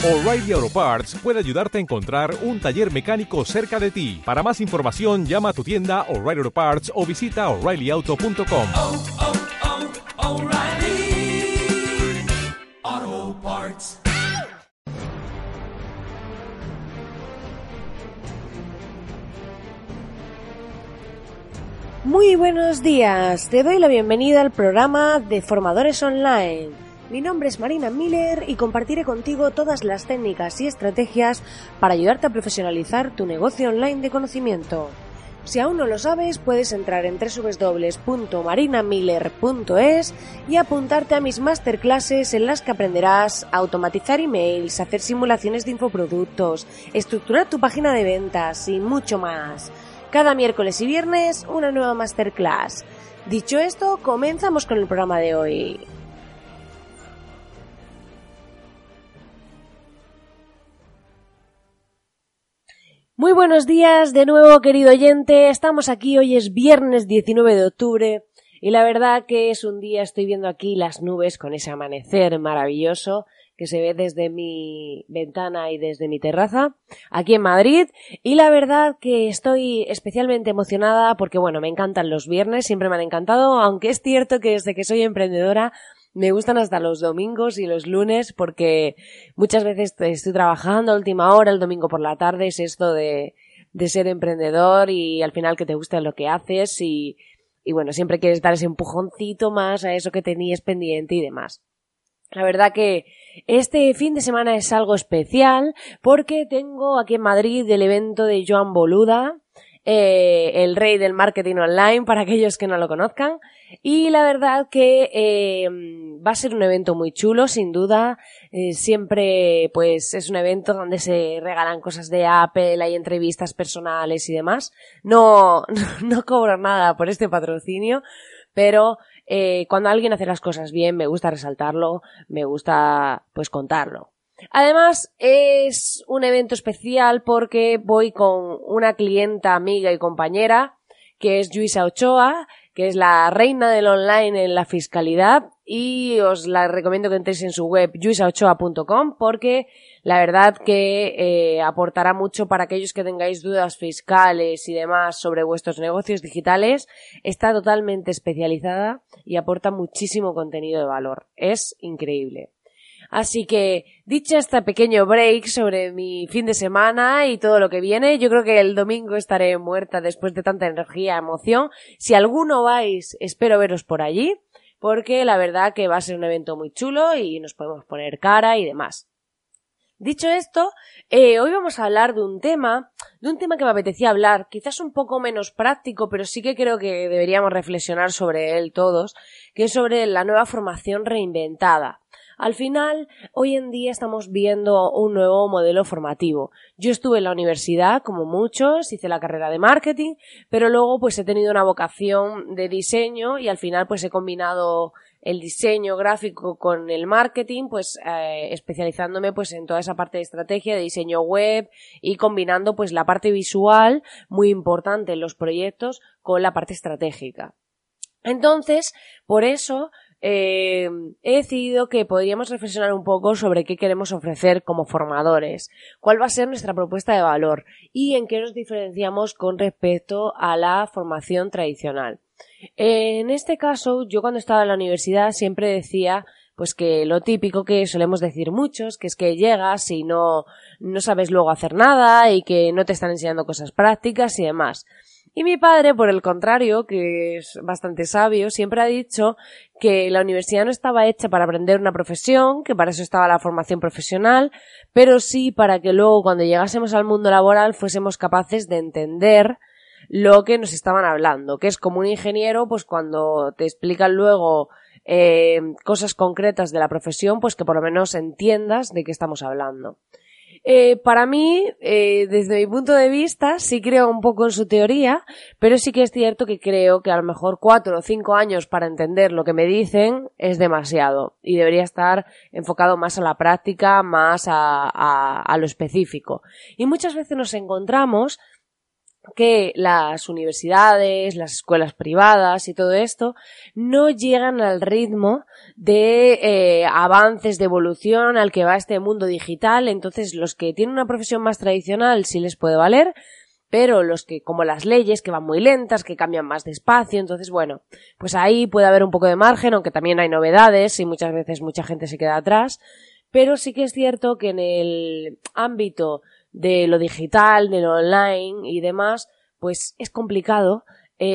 O'Reilly Auto Parts puede ayudarte a encontrar un taller mecánico cerca de ti. Para más información, llama a tu tienda O'Reilly Auto Parts o visita O'ReillyAuto.com. O'Reilly Auto Parts. Muy buenos días, te doy la bienvenida al programa de Formadores Online. Mi nombre es Marina Miller y compartiré contigo todas las técnicas y estrategias para ayudarte a profesionalizar tu negocio online de conocimiento. Si aún no lo sabes, puedes entrar en www.marinamiller.es y apuntarte a mis masterclasses en las que aprenderás a automatizar emails, hacer simulaciones de infoproductos, estructurar tu página de ventas y mucho más. Cada miércoles y viernes una nueva masterclass. Dicho esto, comenzamos con el programa de hoy. Muy buenos días de nuevo, querido oyente. Estamos aquí, hoy es viernes 19 de octubre y la verdad que es un día, estoy viendo aquí las nubes con ese amanecer maravilloso que se ve desde mi ventana y desde mi terraza, aquí en Madrid, y la verdad que estoy especialmente emocionada porque, bueno, me encantan los viernes, siempre me han encantado, aunque es cierto que desde que soy emprendedora me gustan hasta los domingos y los lunes porque muchas veces estoy trabajando a última hora, el domingo por la tarde, es esto de ser emprendedor y al final que te guste lo que haces y bueno, siempre quieres dar ese empujoncito más a eso que tenías pendiente y demás. La verdad que este fin de semana es algo especial porque tengo aquí en Madrid el evento de Joan Boluda, el rey del marketing online para aquellos que no lo conozcan, y la verdad que va a ser un evento muy chulo, sin duda. Siempre pues es un evento donde se regalan cosas de Apple, hay entrevistas personales y demás. No cobro nada por este patrocinio, pero cuando alguien hace las cosas bien me gusta resaltarlo, me gusta pues contarlo. Además es un evento especial porque voy con una clienta, amiga y compañera que es Lluïsa Ochoa, que es la reina del online en la fiscalidad, y os la recomiendo que entréis en su web lluisaochoa.com porque la verdad que aportará mucho para aquellos que tengáis dudas fiscales y demás sobre vuestros negocios digitales. Está totalmente especializada y aporta muchísimo contenido de valor. Es increíble. Así que, dicho este pequeño break sobre mi fin de semana y todo lo que viene, yo creo que el domingo estaré muerta después de tanta energía, emoción. Si alguno vais, espero veros por allí, porque la verdad que va a ser un evento muy chulo y nos podemos poner cara y demás. Dicho esto, hoy vamos a hablar de un tema que me apetecía hablar, quizás un poco menos práctico, pero sí que creo que deberíamos reflexionar sobre él todos, que es sobre la nueva formación reinventada. Al final, hoy en día estamos viendo un nuevo modelo formativo. Yo estuve en la universidad, como muchos, hice la carrera de marketing, pero luego pues he tenido una vocación de diseño y al final pues he combinado el diseño gráfico con el marketing, pues especializándome pues en toda esa parte de estrategia, de diseño web y combinando pues la parte visual, muy importante en los proyectos, con la parte estratégica. Entonces, por eso he decidido que podríamos reflexionar un poco sobre qué queremos ofrecer como formadores, cuál va a ser nuestra propuesta de valor y en qué nos diferenciamos con respecto a la formación tradicional. En este caso, yo cuando estaba en la universidad siempre decía pues que lo típico que solemos decir muchos, que es que llegas y no sabes luego hacer nada y que no te están enseñando cosas prácticas y demás. Y mi padre, por el contrario, que es bastante sabio, siempre ha dicho que la universidad no estaba hecha para aprender una profesión, que para eso estaba la formación profesional, pero sí para que luego cuando llegásemos al mundo laboral fuésemos capaces de entender lo que nos estaban hablando, que es como un ingeniero, pues cuando te explican luego cosas concretas de la profesión, pues que por lo menos entiendas de qué estamos hablando. Para mí, desde mi punto de vista, sí creo un poco en su teoría, pero sí que es cierto que creo que a lo mejor 4 o 5 años para entender lo que me dicen es demasiado y debería estar enfocado más a la práctica, más a lo específico. Y muchas veces nos encontramos que las universidades, las escuelas privadas y todo esto no llegan al ritmo de avances, de evolución al que va este mundo digital. Entonces, los que tienen una profesión más tradicional sí les puede valer, pero los que, como las leyes, que van muy lentas, que cambian más despacio, entonces bueno, pues ahí puede haber un poco de margen, aunque también hay novedades y muchas veces mucha gente se queda atrás, pero sí que es cierto que en el ámbito de lo digital, de lo online y demás, pues es complicado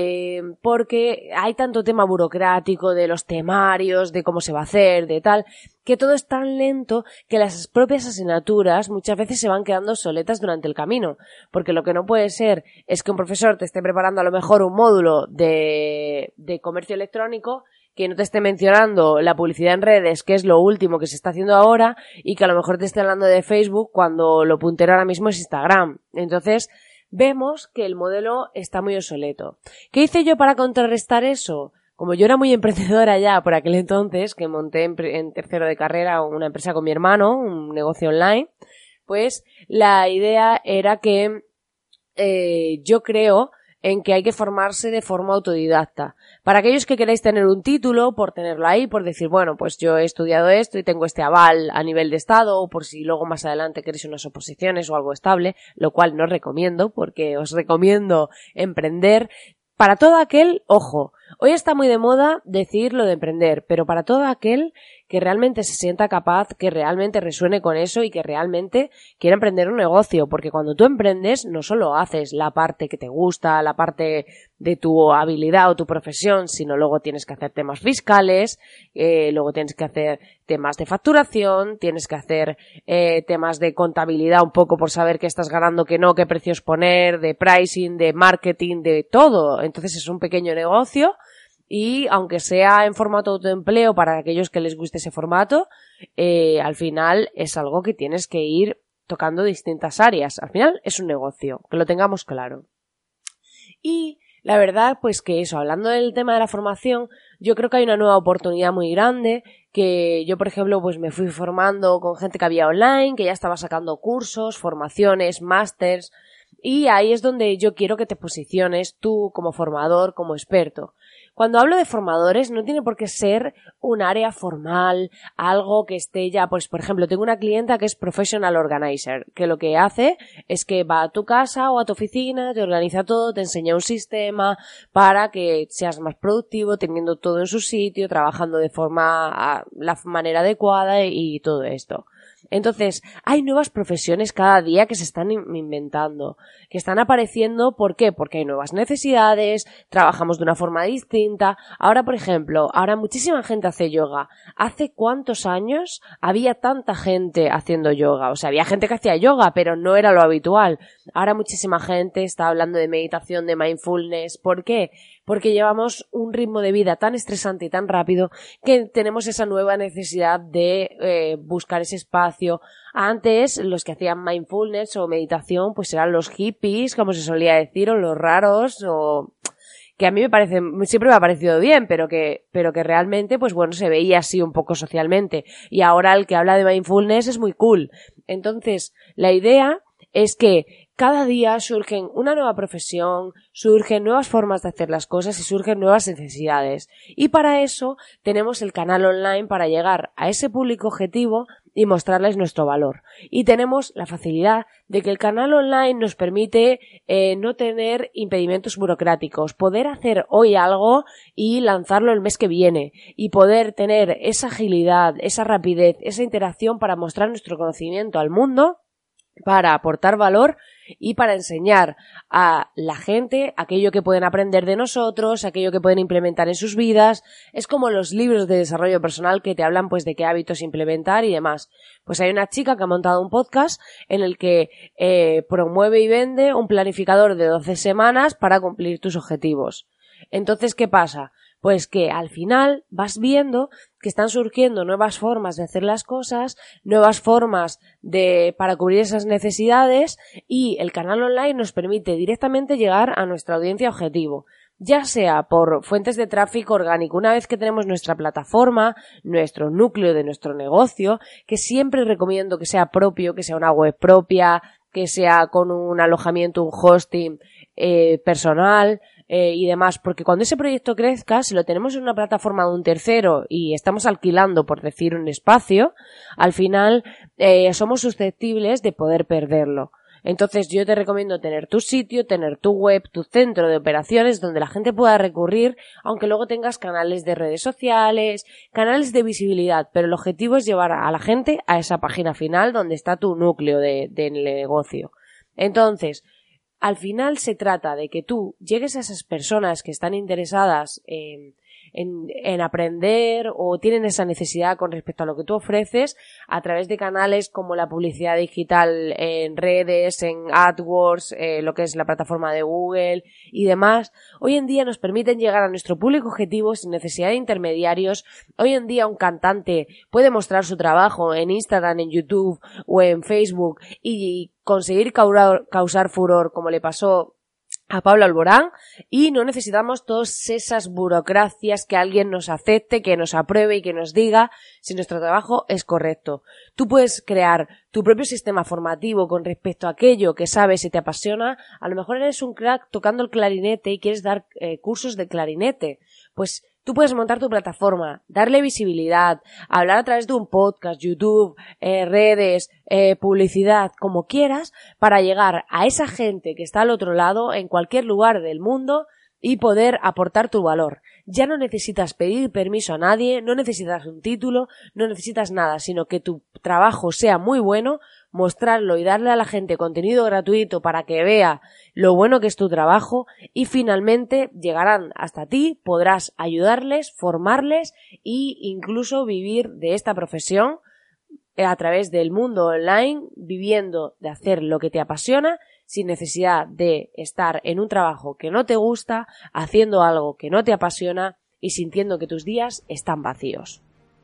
porque hay tanto tema burocrático de los temarios, de cómo se va a hacer, de tal, que todo es tan lento que las propias asignaturas muchas veces se van quedando obsoletas durante el camino, porque lo que no puede ser es que un profesor te esté preparando a lo mejor un módulo de comercio electrónico que no te esté mencionando la publicidad en redes, que es lo último que se está haciendo ahora, y que a lo mejor te esté hablando de Facebook cuando lo puntero ahora mismo es Instagram. Entonces, vemos que el modelo está muy obsoleto. ¿Qué hice yo para contrarrestar eso? Como yo era muy emprendedora ya por aquel entonces, que monté en tercero de carrera una empresa con mi hermano, un negocio online, pues la idea era que yo creo en que hay que formarse de forma autodidacta. Para aquellos que queráis tener un título, por tenerlo ahí, por decir, bueno, pues yo he estudiado esto y tengo este aval a nivel de estado, o por si luego más adelante queréis unas oposiciones o algo estable, lo cual no os recomiendo, porque os recomiendo emprender. Para todo aquel, ojo, hoy está muy de moda decir lo de emprender, pero para todo aquel que realmente se sienta capaz, que realmente resuene con eso y que realmente quiera emprender un negocio, porque cuando tú emprendes no solo haces la parte que te gusta, la parte de tu habilidad o tu profesión, sino luego tienes que hacer temas fiscales, luego tienes que hacer temas de facturación, tienes que hacer temas de contabilidad un poco por saber qué estás ganando, qué no, qué precios poner, de pricing, de marketing, de todo. Entonces es un pequeño negocio. Y aunque sea en formato autoempleo para aquellos que les guste ese formato, al final es algo que tienes que ir tocando distintas áreas. Al final es un negocio, que lo tengamos claro. Y la verdad, pues que eso, hablando del tema de la formación, yo creo que hay una nueva oportunidad muy grande, que yo, por ejemplo, pues me fui formando con gente que había online, que ya estaba sacando cursos, formaciones, másters, y ahí es donde yo quiero que te posiciones tú como formador, como experto. Cuando hablo de formadores no tiene por qué ser un área formal, algo que esté ya, pues por ejemplo, tengo una clienta que es Professional Organizer, que lo que hace es que va a tu casa o a tu oficina, te organiza todo, te enseña un sistema para que seas más productivo, teniendo todo en su sitio, trabajando de la manera adecuada y todo esto. Entonces, hay nuevas profesiones cada día que se están inventando, que están apareciendo. ¿Por qué? Porque hay nuevas necesidades, trabajamos de una forma distinta. Ahora, por ejemplo, muchísima gente hace yoga. ¿Hace cuántos años había tanta gente haciendo yoga? O sea, había gente que hacía yoga, pero no era lo habitual. Ahora muchísima gente está hablando de meditación, de mindfulness. ¿Por qué? Porque llevamos un ritmo de vida tan estresante y tan rápido que tenemos esa nueva necesidad de buscar ese espacio. Antes, los que hacían mindfulness o meditación, pues eran los hippies, como se solía decir, o los raros, o que a mí siempre me ha parecido bien, pero que realmente, pues bueno, se veía así un poco socialmente. Y ahora el que habla de mindfulness es muy cool. Entonces, la idea es que cada día surgen una nueva profesión, surgen nuevas formas de hacer las cosas y surgen nuevas necesidades. Y para eso tenemos el canal online para llegar a ese público objetivo y mostrarles nuestro valor. Y tenemos la facilidad de que el canal online nos permite no tener impedimentos burocráticos, poder hacer hoy algo y lanzarlo el mes que viene, y poder tener esa agilidad, esa rapidez, esa interacción para mostrar nuestro conocimiento al mundo, para aportar valor y para enseñar a la gente aquello que pueden aprender de nosotros, aquello que pueden implementar en sus vidas. Es como los libros de desarrollo personal que te hablan pues de qué hábitos implementar y demás. Pues hay una chica que ha montado un podcast en el que promueve y vende un planificador de 12 semanas para cumplir tus objetivos. Entonces, ¿qué pasa? Pues que al final vas viendo que están surgiendo nuevas formas de hacer las cosas, nuevas formas para cubrir esas necesidades, y el canal online nos permite directamente llegar a nuestra audiencia objetivo, ya sea por fuentes de tráfico orgánico. Una vez que tenemos nuestra plataforma, nuestro núcleo de nuestro negocio, que siempre recomiendo que sea propio, que sea una web propia, que sea con un alojamiento, un hosting personal y demás, porque cuando ese proyecto crezca, si lo tenemos en una plataforma de un tercero y estamos alquilando, por decir, un espacio, al final somos susceptibles de poder perderlo. Entonces yo te recomiendo tener tu sitio, tener tu web, tu centro de operaciones donde la gente pueda recurrir, aunque luego tengas canales de redes sociales, canales de visibilidad, pero el objetivo es llevar a la gente a esa página final donde está tu núcleo de negocio. Entonces, al final se trata de que tú llegues a esas personas que están interesadas en aprender o tienen esa necesidad con respecto a lo que tú ofreces a través de canales como la publicidad digital en redes, en AdWords, lo que es la plataforma de Google y demás. Hoy en día nos permiten llegar a nuestro público objetivo sin necesidad de intermediarios. Hoy en día un cantante puede mostrar su trabajo en Instagram, en YouTube o en Facebook y conseguir causar furor como le pasó a Pablo Alborán, y no necesitamos todas esas burocracias que alguien nos acepte, que nos apruebe y que nos diga si nuestro trabajo es correcto. Tú puedes crear tu propio sistema formativo con respecto a aquello que sabes y te apasiona. A lo mejor eres un crack tocando el clarinete y quieres dar cursos de clarinete. Pues tú puedes montar tu plataforma, darle visibilidad, hablar a través de un podcast, YouTube, redes, publicidad, como quieras, para llegar a esa gente que está al otro lado, en cualquier lugar del mundo, y poder aportar tu valor. Ya no necesitas pedir permiso a nadie, no necesitas un título, no necesitas nada, sino que tu trabajo sea muy bueno, mostrarlo y darle a la gente contenido gratuito para que vea lo bueno que es tu trabajo, y finalmente llegarán hasta ti, podrás ayudarles, formarles e incluso vivir de esta profesión a través del mundo online, viviendo de hacer lo que te apasiona sin necesidad de estar en un trabajo que no te gusta, haciendo algo que no te apasiona y sintiendo que tus días están vacíos.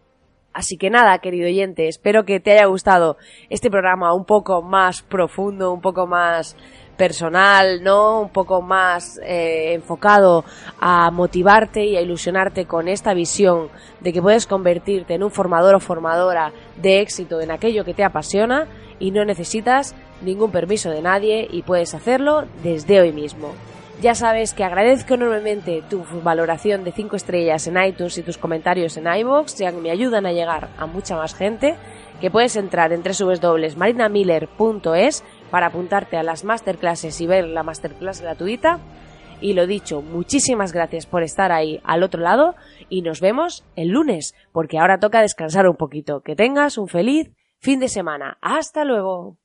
Así que nada, querido oyente, espero que te haya gustado este programa un poco más profundo, un poco más personal, ¿no? Un poco más enfocado a motivarte y a ilusionarte con esta visión de que puedes convertirte en un formador o formadora de éxito en aquello que te apasiona y no necesitas ningún permiso de nadie y puedes hacerlo desde hoy mismo. Ya sabes que agradezco enormemente tu valoración de 5 estrellas en iTunes y tus comentarios en iVoox, ya que me ayudan a llegar a mucha más gente, que puedes entrar en www.marinamiller.es para apuntarte a las masterclasses y ver la masterclass gratuita. Y lo dicho, muchísimas gracias por estar ahí al otro lado y nos vemos el lunes, porque ahora toca descansar un poquito. Que tengas un feliz fin de semana. ¡Hasta luego!